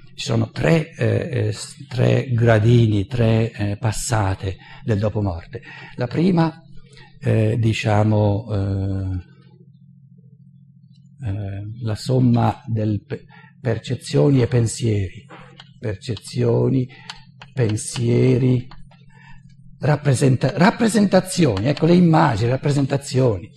Ci sono tre gradini, tre passate del dopo morte. La prima, la somma del percezioni e pensieri, rappresentazioni, ecco le immagini, rappresentazioni,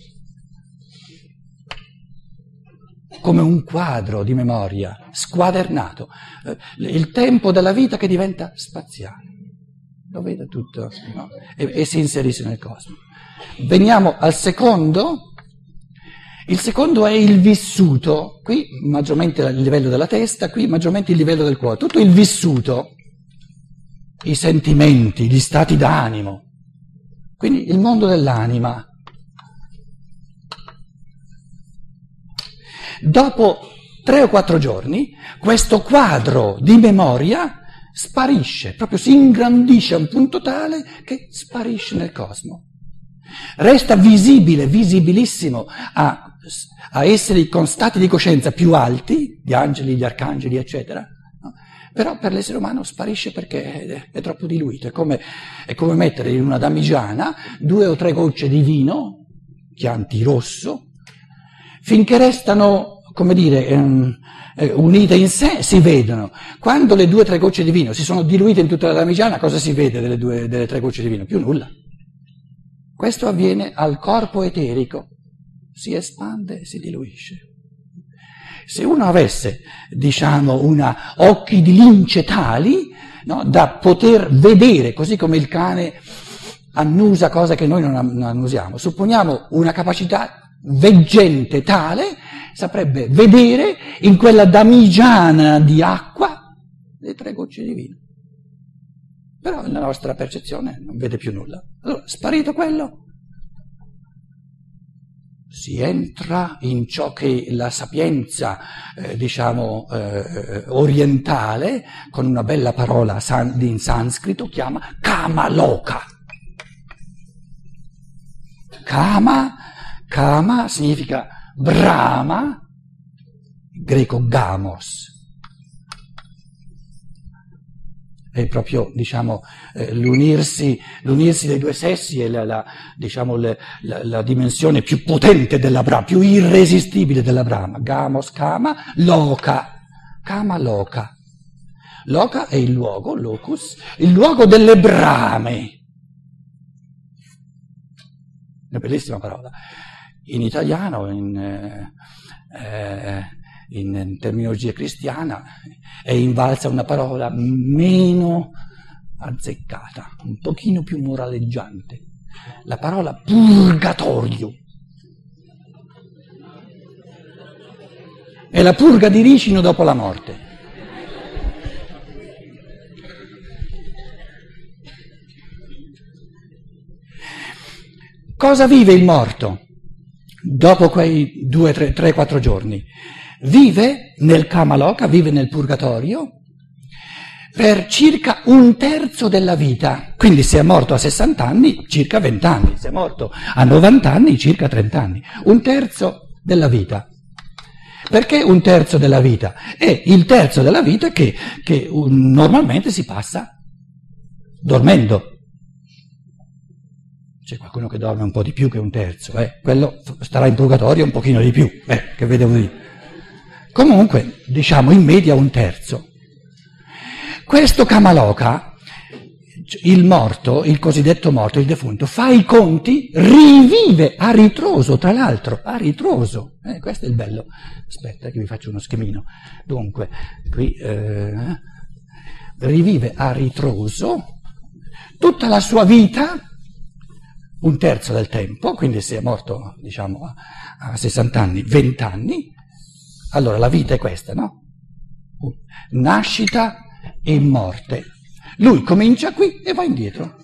come un quadro di memoria squadernato, il tempo della vita che diventa spaziale, lo vede tutto, no? e si inserisce nel cosmo. Veniamo al secondo. Il secondo è il vissuto, qui maggiormente il livello della testa, qui maggiormente il livello del cuore, tutto il vissuto, i sentimenti, gli stati d'animo, quindi il mondo dell'anima. Dopo 3 o 4 giorni questo quadro di memoria sparisce, proprio si ingrandisce a un punto tale che sparisce nel cosmo. Resta visibile, visibilissimo a esseri con stati di coscienza più alti, gli angeli, gli arcangeli, eccetera, no? Però per l'essere umano sparisce perché è troppo diluito. È come mettere in una damigiana 2 o 3 gocce di vino, Chianti rosso, finché restano, come dire, unite in sé, si vedono. Quando le 2 o 3 gocce di vino si sono diluite in tutta la damigiana, cosa si vede delle 3 gocce di vino? Più nulla. Questo avviene al corpo eterico, si espande e si diluisce. Se uno avesse, occhi di lince tali, no, da poter vedere, così come il cane annusa cose che noi non annusiamo, supponiamo una capacità veggente tale, saprebbe vedere in quella damigiana di acqua le 3 gocce di vino. Però la nostra percezione non vede più nulla. Allora, sparito quello, si entra in ciò che la sapienza, orientale, con una bella parola in sanscrito, chiama Kamaloka. Kama significa Brahma, greco gamos. È proprio, l'unirsi dei 2 sessi è la dimensione più potente della Brahma, più irresistibile della Brahma. Gamos, Kama, Loka. Kama, Loka. Loka è il luogo, locus, il luogo delle brame. Una bellissima parola. In italiano, in terminologia cristiana, è invalsa una parola meno azzeccata, un pochino più moraleggiante, la parola purgatorio. È la purga di ricino dopo la morte. Cosa vive il morto dopo quei 2, 3, 4 giorni? Vive nel Kamaloka, vive nel purgatorio per circa 1/3 della vita. Quindi se è morto a 60 anni, circa 20 anni, se è morto a 90 anni, circa 30 anni. 1/3 della vita. Perché 1/3 della vita? È il terzo della vita che normalmente si passa dormendo. C'è qualcuno che dorme un po' di più che 1/3, quello starà in purgatorio un pochino di più, che vedevo io. Comunque, in media 1/3. Questo Kamaloka, il morto, il cosiddetto morto, il defunto, fa i conti, rivive a ritroso, tra l'altro, a ritroso. Questo è il bello. Aspetta che vi faccio uno schemino. Dunque, qui rivive a ritroso tutta la sua vita, 1/3 del tempo, quindi se è morto, a 60 anni, 20 anni, allora la vita è questa, no? Nascita e morte. Lui comincia qui e va indietro.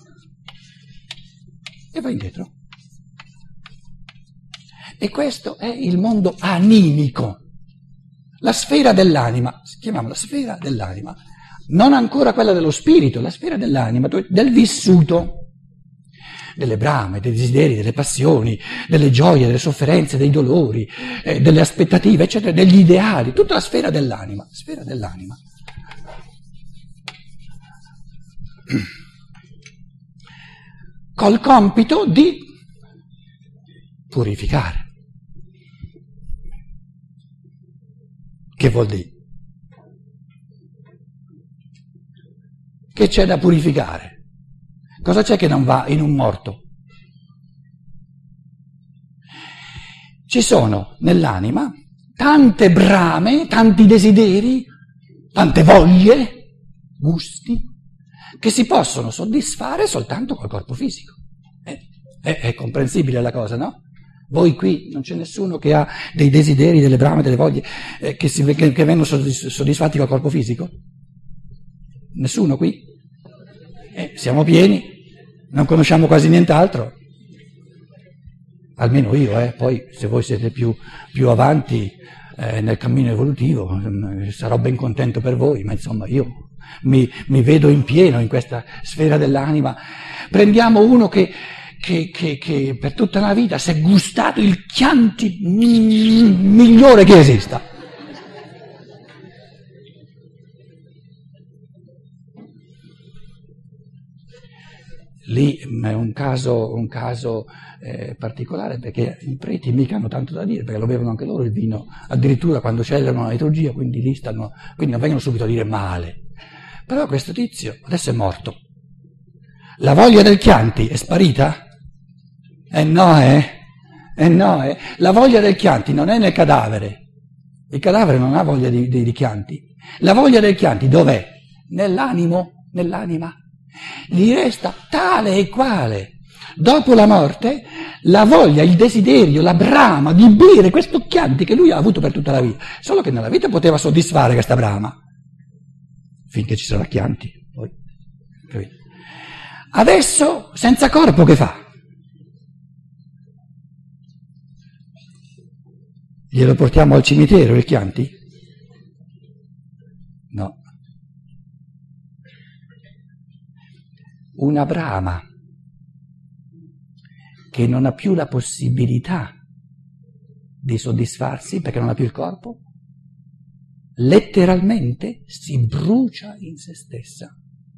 E questo è il mondo animico. La sfera dell'anima, chiamiamola sfera dell'anima, non ancora quella dello spirito, la sfera dell'anima, del vissuto, delle brame, dei desideri, delle passioni, delle gioie, delle sofferenze, dei dolori, delle aspettative, eccetera, degli ideali, tutta la sfera dell'anima, col compito di purificare. Che vuol dire? Che c'è da purificare? Cosa c'è che non va in un morto? Ci sono nell'anima tante brame, tanti desideri, tante voglie, gusti, che si possono soddisfare soltanto col corpo fisico. È comprensibile la cosa, no? Voi qui non c'è nessuno che ha dei desideri, delle brame, delle voglie che vengono soddisfatti col corpo fisico? Nessuno qui? Siamo pieni, non conosciamo quasi nient'altro. Almeno io, poi se voi siete più avanti nel cammino evolutivo sarò ben contento per voi, ma insomma io mi vedo in pieno in questa sfera dell'anima. Prendiamo uno che per tutta la vita si è gustato il Chianti migliore che esista. Lì è un caso particolare, perché i preti mica hanno tanto da dire, perché lo bevono anche loro il vino, addirittura quando celebrano la liturgia, quindi lì quindi non vengono subito a dire male. Però questo tizio adesso è morto. La voglia del Chianti è sparita? No. La voglia del Chianti non è nel cadavere. Il cadavere non ha voglia di Chianti. La voglia del Chianti dov'è? Nell'anima. Gli resta tale e quale. Dopo la morte, la voglia, il desiderio, la brama di bere questo Chianti che lui ha avuto per tutta la vita. Solo che nella vita poteva soddisfare questa brama. Finché ci sarà Chianti. Poi. Adesso, senza corpo, che fa? Glielo portiamo al cimitero il Chianti? No. Una brama che non ha più la possibilità di soddisfarsi perché non ha più il corpo, letteralmente si brucia in se stessa.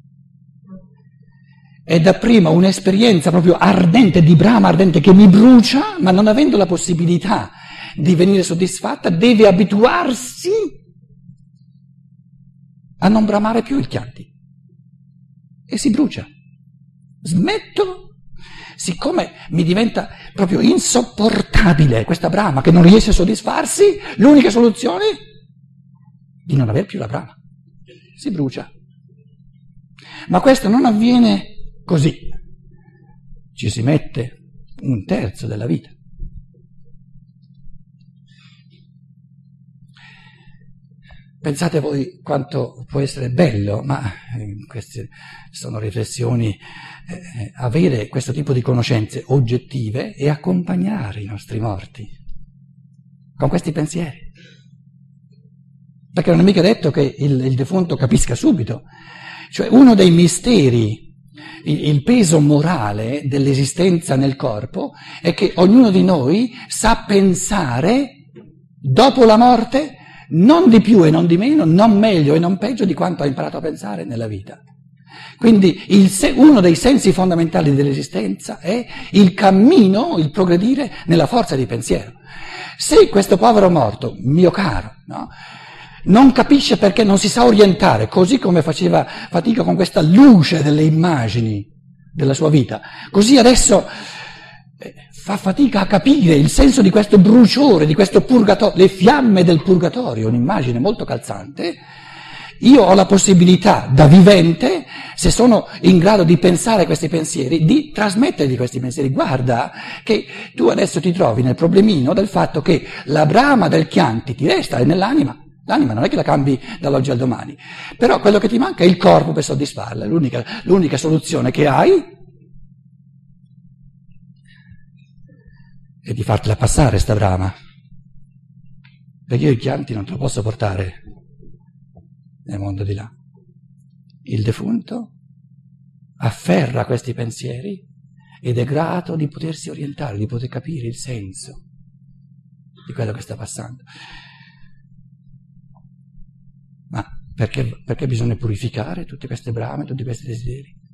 È dapprima un'esperienza proprio ardente, di brama ardente, che mi brucia, ma non avendo la possibilità di venire soddisfatta, deve abituarsi a non bramare più il Chianti. E si brucia. Smetto, siccome mi diventa proprio insopportabile questa brama che non riesce a soddisfarsi, l'unica soluzione è di non aver più la brama. Si brucia. Ma questo non avviene così. Ci si mette un terzo della vita. Pensate voi quanto può essere bello, ma queste sono riflessioni, avere questo tipo di conoscenze oggettive e accompagnare i nostri morti con questi pensieri. Perché non è mica detto che il defunto capisca subito. Cioè uno dei misteri, il peso morale dell'esistenza nel corpo è che ognuno di noi sa pensare dopo la morte non di più e non di meno, non meglio e non peggio di quanto ha imparato a pensare nella vita. Quindi uno dei sensi fondamentali dell'esistenza è il cammino, il progredire nella forza di pensiero. Se questo povero morto, mio caro, no, non capisce perché non si sa orientare, così come faceva fatica con questa luce delle immagini della sua vita, così adesso fa fatica a capire il senso di questo bruciore, di questo purgatorio, le fiamme del purgatorio, un'immagine molto calzante. Io ho la possibilità, da vivente, se sono in grado di pensare questi pensieri, di trasmettergli questi pensieri. Guarda che tu adesso ti trovi nel problemino del fatto che la brama del Chianti ti resta, è nell'anima. L'anima non è che la cambi dall'oggi al domani, però quello che ti manca è il corpo per soddisfarla. L'unica soluzione che hai è di fartela passare sta brama, perché io il Chianti non te lo posso portare nel mondo di là. Il defunto afferra questi pensieri ed è grato di potersi orientare, di poter capire il senso di quello che sta passando. Ma perché bisogna purificare tutte queste brame, tutti questi desideri?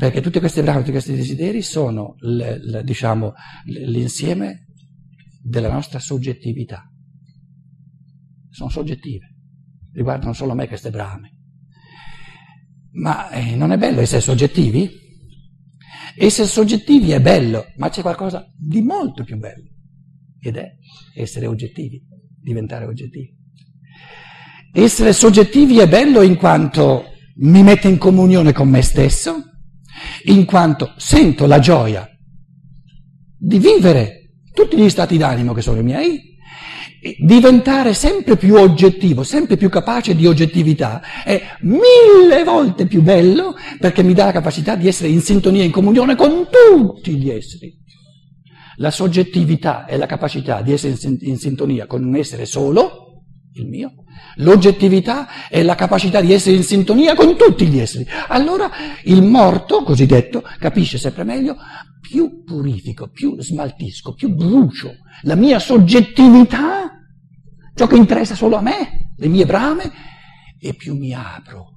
Perché tutte queste brame, tutti questi desideri sono, diciamo, l'insieme della nostra soggettività. Sono soggettive, riguardano solo me queste brame. Ma non è bello essere soggettivi? Essere soggettivi è bello, ma c'è qualcosa di molto più bello, ed è essere oggettivi, diventare oggettivi. Essere soggettivi è bello in quanto mi mette in comunione con me stesso, in quanto sento la gioia di vivere tutti gli stati d'animo che sono i miei, e diventare sempre più oggettivo, sempre più capace di oggettività è 1000 volte più bello, perché mi dà la capacità di essere in sintonia, in comunione con tutti gli esseri. La soggettività è la capacità di essere in sintonia con un essere solo, il mio. L'oggettività è la capacità di essere in sintonia con tutti gli esseri. Allora il morto, cosiddetto, capisce sempre meglio, più purifico, più smaltisco, più brucio la mia soggettività, ciò che interessa solo a me, le mie brame, e più mi apro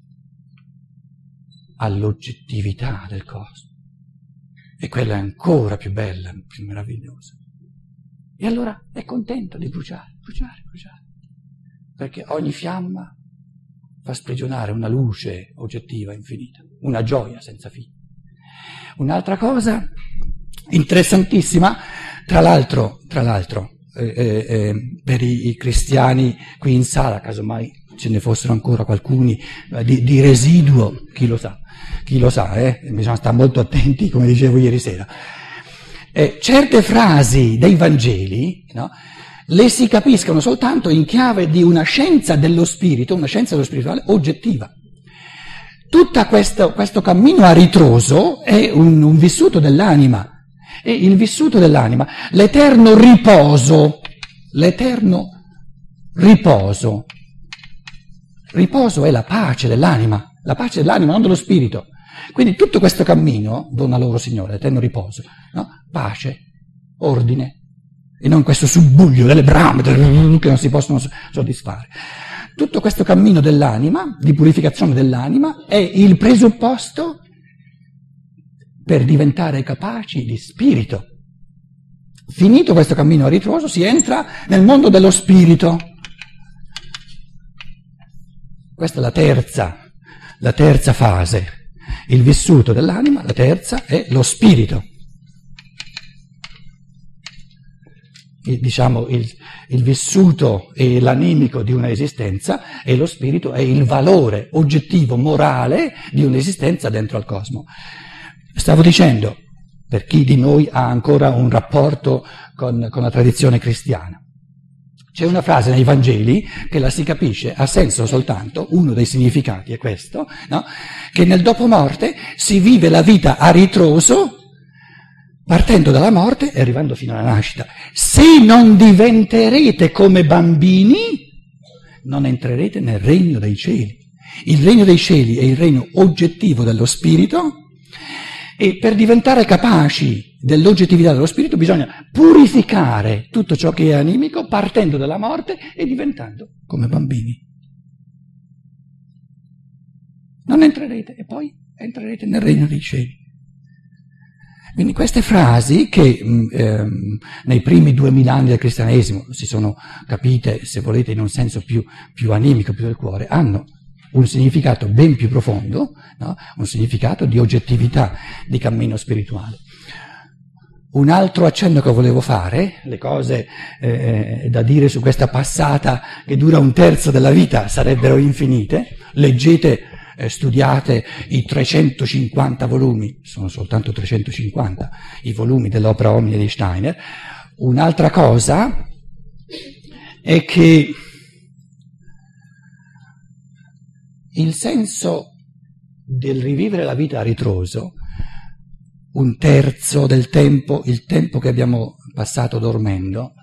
all'oggettività del cosmo. E quella è ancora più bella, più meravigliosa. E allora è contento di bruciare. Perché ogni fiamma fa sprigionare una luce oggettiva infinita, una gioia senza fine. Un'altra cosa interessantissima, tra l'altro, per i cristiani qui in sala, casomai ce ne fossero ancora qualcuni di residuo, chi lo sa, bisogna stare molto attenti, come dicevo ieri sera. Certe frasi dei Vangeli, no, le si capiscono soltanto in chiave di una scienza dello spirito, una scienza dello spirituale oggettiva. Tutto questo cammino a ritroso è un vissuto dell'anima, e il vissuto dell'anima, l'eterno riposo, riposo è la pace dell'anima, non dello spirito. Quindi tutto questo cammino, dona loro Signore, l'eterno riposo, no? Pace, ordine, e non questo subbuglio delle brame che non si possono soddisfare. Tutto questo cammino dell'anima, di purificazione dell'anima, è il presupposto per diventare capaci di spirito. Finito questo cammino a ritroso, si entra nel mondo dello spirito. Questa è la terza fase. Il vissuto dell'anima, la terza, è lo spirito. Diciamo il vissuto e l'animico di una esistenza, e lo spirito è il valore oggettivo, morale di un'esistenza dentro al cosmo. Stavo dicendo, per chi di noi ha ancora un rapporto con la tradizione cristiana, c'è una frase nei Vangeli che la si capisce, ha senso soltanto, uno dei significati è questo, no? Che nel dopomorte si vive la vita a ritroso, partendo dalla morte e arrivando fino alla nascita. Se non diventerete come bambini, non entrerete nel regno dei cieli. Il regno dei cieli è il regno oggettivo dello spirito, e per diventare capaci dell'oggettività dello spirito bisogna purificare tutto ciò che è animico, partendo dalla morte e diventando come bambini. Non entrerete, e poi entrerete nel regno dei cieli. Quindi queste frasi che nei primi 2000 anni del cristianesimo si sono capite, se volete, in un senso più animico, più del cuore, hanno un significato ben più profondo, no? Un significato di oggettività, di cammino spirituale. Un altro accenno che volevo fare, le cose da dire su questa passata che dura un terzo della vita sarebbero infinite, leggete, studiate i 350 volumi, sono soltanto 350 i volumi dell'opera Omnia di Steiner. Un'altra cosa è che il senso del rivivere la vita a ritroso, un terzo del tempo, il tempo che abbiamo passato dormendo,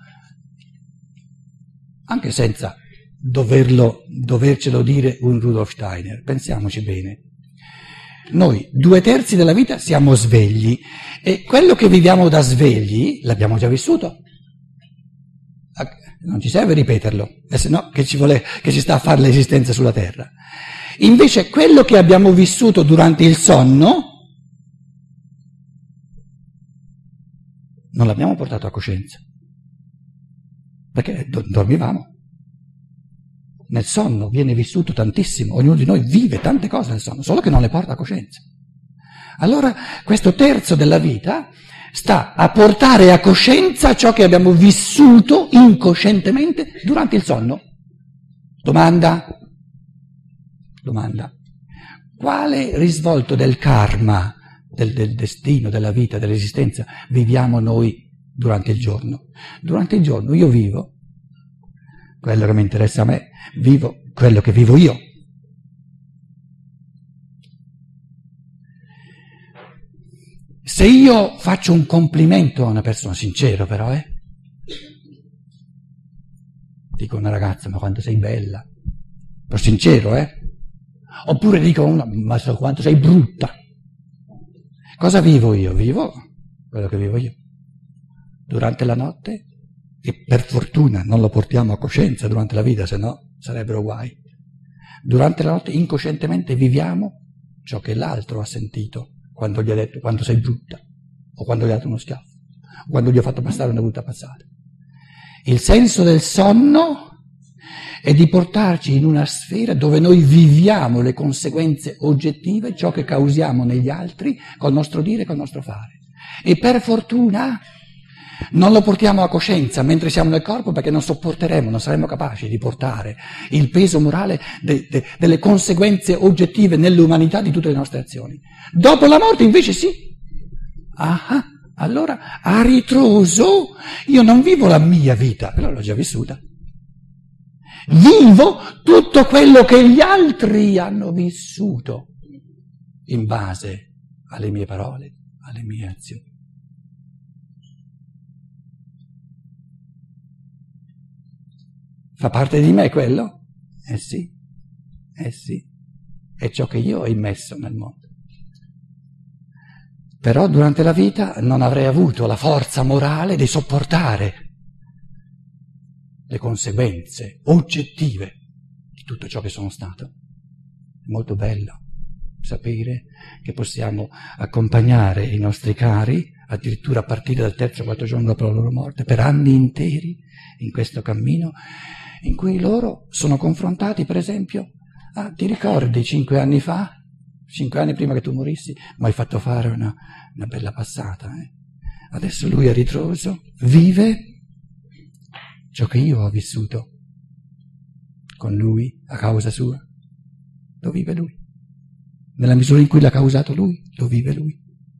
anche senza dovercelo dire un Rudolf Steiner, pensiamoci bene. Noi 2/3 della vita siamo svegli, e quello che viviamo da svegli l'abbiamo già vissuto. Non ci serve ripeterlo, se no che ci sta a fare l'esistenza sulla terra. Invece quello che abbiamo vissuto durante il sonno non l'abbiamo portato a coscienza, perché dormivamo. Nel sonno viene vissuto tantissimo, ognuno di noi vive tante cose nel sonno, solo che non le porta a coscienza. Allora questo terzo della vita sta a portare a coscienza ciò che abbiamo vissuto incoscientemente durante il sonno. Domanda. Quale risvolto del karma, del destino, della vita, dell'esistenza viviamo noi durante il giorno? Durante il giorno io vivo quello che mi interessa a me, vivo quello che vivo io. Se io faccio un complimento a una persona, sincero però, dico a una ragazza, ma quanto sei bella, però sincero, oppure dico a una, ma quanto sei brutta. Cosa vivo io? Vivo quello che vivo io. Durante la notte, e per fortuna non lo portiamo a coscienza durante la vita, se no sarebbero guai. Durante la notte incoscientemente viviamo ciò che l'altro ha sentito quando gli ha detto quanto sei brutta, o quando gli ha dato uno schiaffo, o quando gli ha fatto passare una brutta passata. Il senso del sonno è di portarci in una sfera dove noi viviamo le conseguenze oggettive, ciò che causiamo negli altri, col nostro dire e col nostro fare. E per fortuna non lo portiamo a coscienza mentre siamo nel corpo, perché non sopporteremo, non saremo capaci di portare il peso morale delle conseguenze oggettive nell'umanità di tutte le nostre azioni. Dopo la morte invece sì. Allora a ritroso io non vivo la mia vita, però l'ho già vissuta. Vivo tutto quello che gli altri hanno vissuto in base alle mie parole, alle mie azioni. Fa parte di me quello? Sì, è ciò che io ho immesso nel mondo. Però durante la vita non avrei avuto la forza morale di sopportare le conseguenze oggettive di tutto ciò che sono stato. È molto bello sapere che possiamo accompagnare i nostri cari, addirittura a partire dal terzo o quarto giorno dopo la loro morte, per anni interi in questo cammino, in cui loro sono confrontati, per esempio, ti ricordi 5 anni fa, 5 anni prima che tu morissi, mi hai fatto fare una bella passata. Adesso lui a ritroso vive ciò che io ho vissuto con lui, a causa sua, lo vive lui. Nella misura in cui l'ha causato lui, lo vive lui.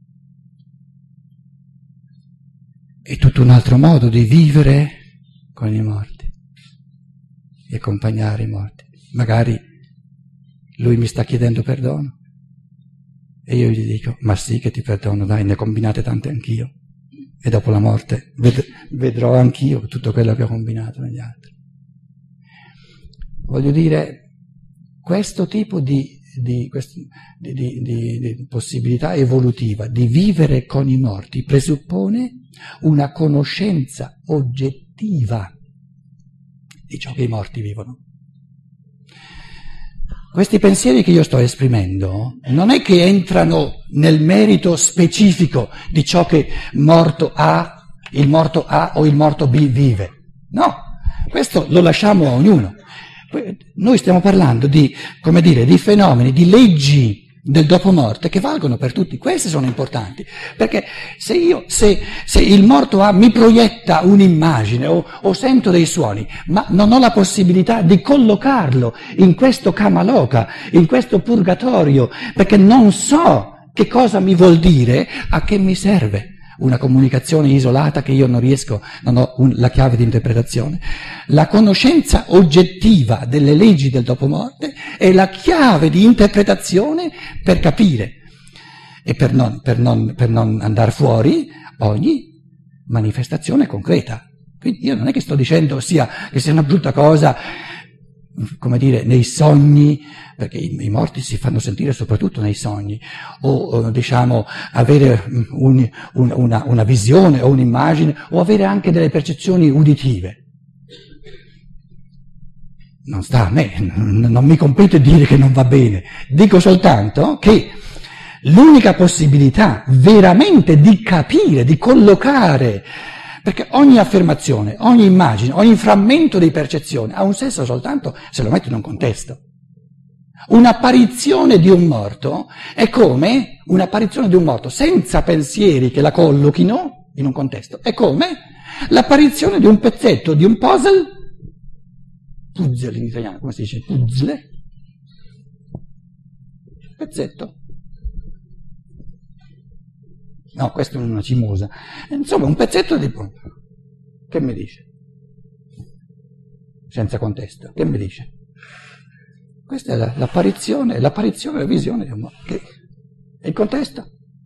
È tutto un altro modo di vivere con i morti e accompagnare i morti. Magari lui mi sta chiedendo perdono e io gli dico, ma sì che ti perdono, dai, ne ho combinate tante anch'io. E dopo la morte vedrò anch'io tutto quello che ho combinato negli altri. Voglio dire, questo tipo di possibilità evolutiva di vivere con i morti presuppone una conoscenza oggettiva di ciò che i morti vivono. Questi pensieri che io sto esprimendo non è che entrano nel merito specifico di ciò che morto A, il morto A o il morto B vive. No, questo lo lasciamo a ognuno. Noi stiamo parlando di fenomeni, di leggi del dopo morte che valgono per tutti. Queste sono importanti, perché se il morto A mi proietta un'immagine o sento dei suoni, ma non ho la possibilità di collocarlo in questo kamaloka, in questo purgatorio, perché non so che cosa mi vuol dire, a che mi serve una comunicazione isolata che io non ho la chiave di interpretazione. La conoscenza oggettiva delle leggi del dopo morte è la chiave di interpretazione per capire e per non andare fuori ogni manifestazione concreta. Quindi io non è che sto dicendo che sia una brutta cosa, come dire, nei sogni, perché i morti si fanno sentire soprattutto nei sogni, o diciamo avere una visione o un'immagine, o avere anche delle percezioni uditive. Non sta a me, non mi compete dire che non va bene, dico soltanto che L'unica possibilità veramente di capire, di collocare, perché ogni affermazione, ogni immagine, ogni frammento di percezione ha un senso soltanto se lo metto in un contesto. Un'apparizione di un morto è come un'apparizione di un morto senza pensieri che la collochino in un contesto. È come l'apparizione di un pezzetto, di un puzzle in italiano, come si dice? Puzzle? Pezzetto. No, questa è una cimosa. Insomma, un pezzetto di... Che mi dice? Senza contesto. Che mi dice? Questa è l'apparizione, la visione di un mondo. E il contesto?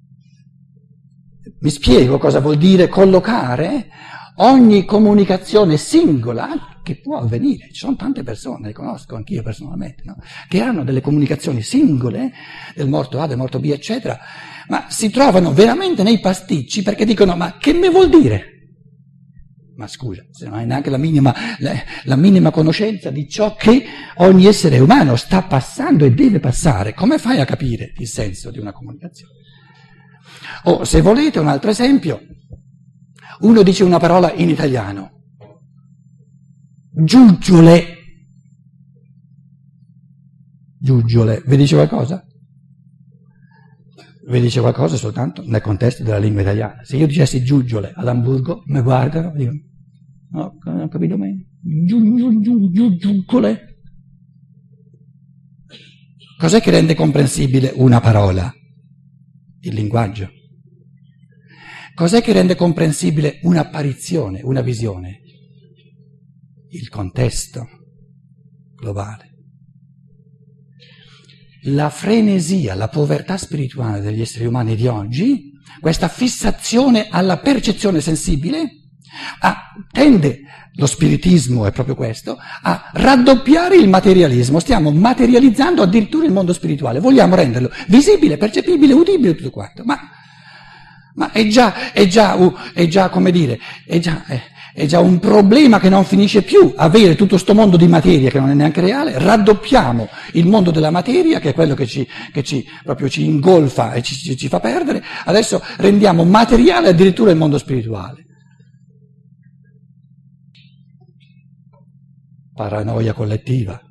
Mi spiego cosa vuol dire collocare ogni comunicazione singola che può avvenire. Ci sono tante persone, le conosco anch'io personalmente, no? Che hanno delle comunicazioni singole del morto A, del morto B, eccetera, ma si trovano veramente nei pasticci perché dicono: ma che mi vuol dire? Ma scusa, se non hai neanche la minima conoscenza di ciò che ogni essere umano sta passando e deve passare, come fai a capire il senso di una comunicazione? O, se volete, un altro esempio, uno dice una parola in italiano, giuggiole, vi dice qualcosa? Vi dice qualcosa soltanto nel contesto della lingua italiana. Se io dicessi giuggiole ad Amburgo, mi guardano e dicono: no, non ho capito bene. Giuggiole. Cos'è che rende comprensibile una parola? Il linguaggio. Cos'è che rende comprensibile un'apparizione, una visione? Il contesto globale. La frenesia, la povertà spirituale degli esseri umani di oggi, questa fissazione alla percezione sensibile, tende, lo spiritismo è proprio questo, a raddoppiare il materialismo. Stiamo materializzando addirittura il mondo spirituale, vogliamo renderlo visibile, percepibile, udibile, tutto quanto. Ma è già, come dire, è già un problema che non finisce più avere tutto sto mondo di materia che non è neanche reale. Raddoppiamo il mondo della materia, che è quello che proprio ci ingolfa e ci fa perdere. Adesso rendiamo materiale addirittura il mondo spirituale. Paranoia collettiva.